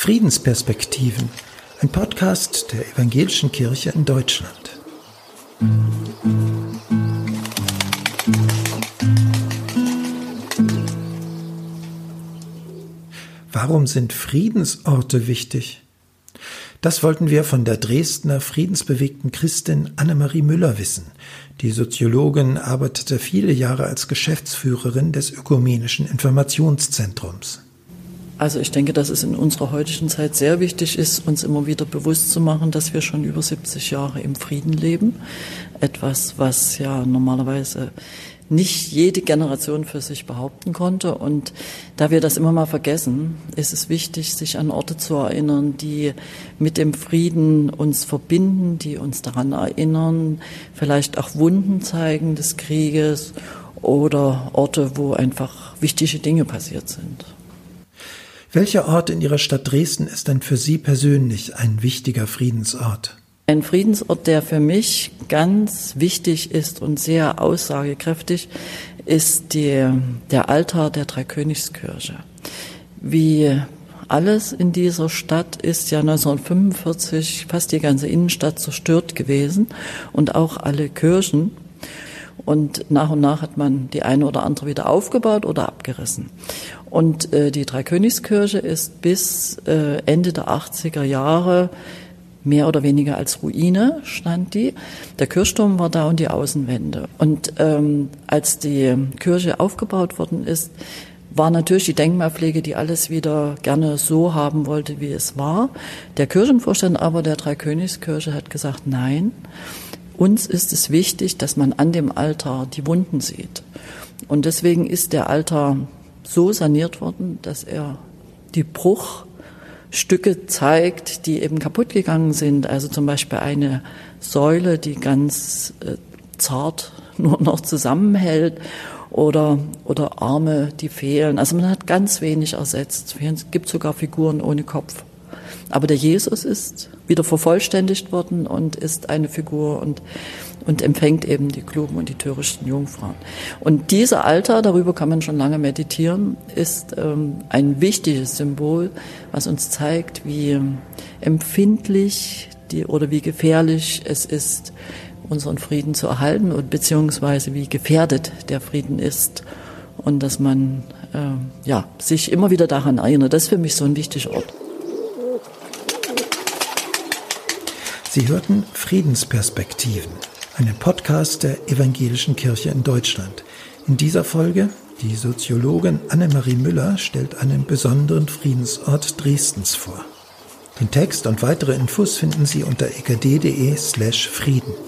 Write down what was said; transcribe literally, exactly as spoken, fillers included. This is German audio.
Friedensperspektiven, ein Podcast der Evangelischen Kirche in Deutschland. Warum sind Friedensorte wichtig? Das wollten wir von der Dresdner friedensbewegten Christin Annemarie Müller wissen. Die Soziologin arbeitete viele Jahre als Geschäftsführerin des Ökumenischen Informationszentrums. Also ich denke, dass es in unserer heutigen Zeit sehr wichtig ist, uns immer wieder bewusst zu machen, dass wir schon über siebzig Jahre im Frieden leben. Etwas, was ja normalerweise nicht jede Generation für sich behaupten konnte. Und da wir das immer mal vergessen, ist es wichtig, sich an Orte zu erinnern, die mit dem Frieden uns verbinden, die uns daran erinnern, vielleicht auch Wunden zeigen des Krieges oder Orte, wo einfach wichtige Dinge passiert sind. Welcher Ort in Ihrer Stadt Dresden ist denn für Sie persönlich ein wichtiger Friedensort? Ein Friedensort, der für mich ganz wichtig ist und sehr aussagekräftig, ist die, der Altar der Dreikönigskirche. Wie alles in dieser Stadt ist ja neunzehnhundertfünfundvierzig fast die ganze Innenstadt zerstört gewesen und auch alle Kirchen. Und nach und nach hat man die eine oder andere wieder aufgebaut oder abgerissen. Und äh, die Dreikönigskirche ist bis äh, Ende der achtziger Jahre mehr oder weniger als Ruine stand die. Der Kirchturm war da und die Außenwände. Und ähm, als die Kirche aufgebaut worden ist, war natürlich die Denkmalpflege, die alles wieder gerne so haben wollte, wie es war. Der Kirchenvorstand aber der Dreikönigskirche hat gesagt, nein, uns ist es wichtig, dass man an dem Altar die Wunden sieht. Und deswegen ist der Altar so saniert worden, dass er die Bruchstücke zeigt, die eben kaputt gegangen sind. Also zum Beispiel eine Säule, die ganz äh, zart nur noch zusammenhält oder, oder Arme, die fehlen. Also man hat ganz wenig ersetzt. Es gibt sogar Figuren ohne Kopf. Aber der Jesus ist wieder vervollständigt worden und ist eine Figur und, und empfängt eben die klugen und die törichten Jungfrauen. Und dieser Altar, darüber kann man schon lange meditieren, ist ähm, ein wichtiges Symbol, was uns zeigt, wie empfindlich die, oder wie gefährlich es ist, unseren Frieden zu erhalten und beziehungsweise wie gefährdet der Frieden ist. Und dass man äh, ja, sich immer wieder daran erinnert. Das ist für mich so ein wichtiger Ort. Sie hörten Friedensperspektiven, einen Podcast der Evangelischen Kirche in Deutschland. In dieser Folge, die Soziologin Annemarie Müller stellt einen besonderen Friedensort Dresdens vor. Den Text und weitere Infos finden Sie unter e k d punkt d e slash Frieden.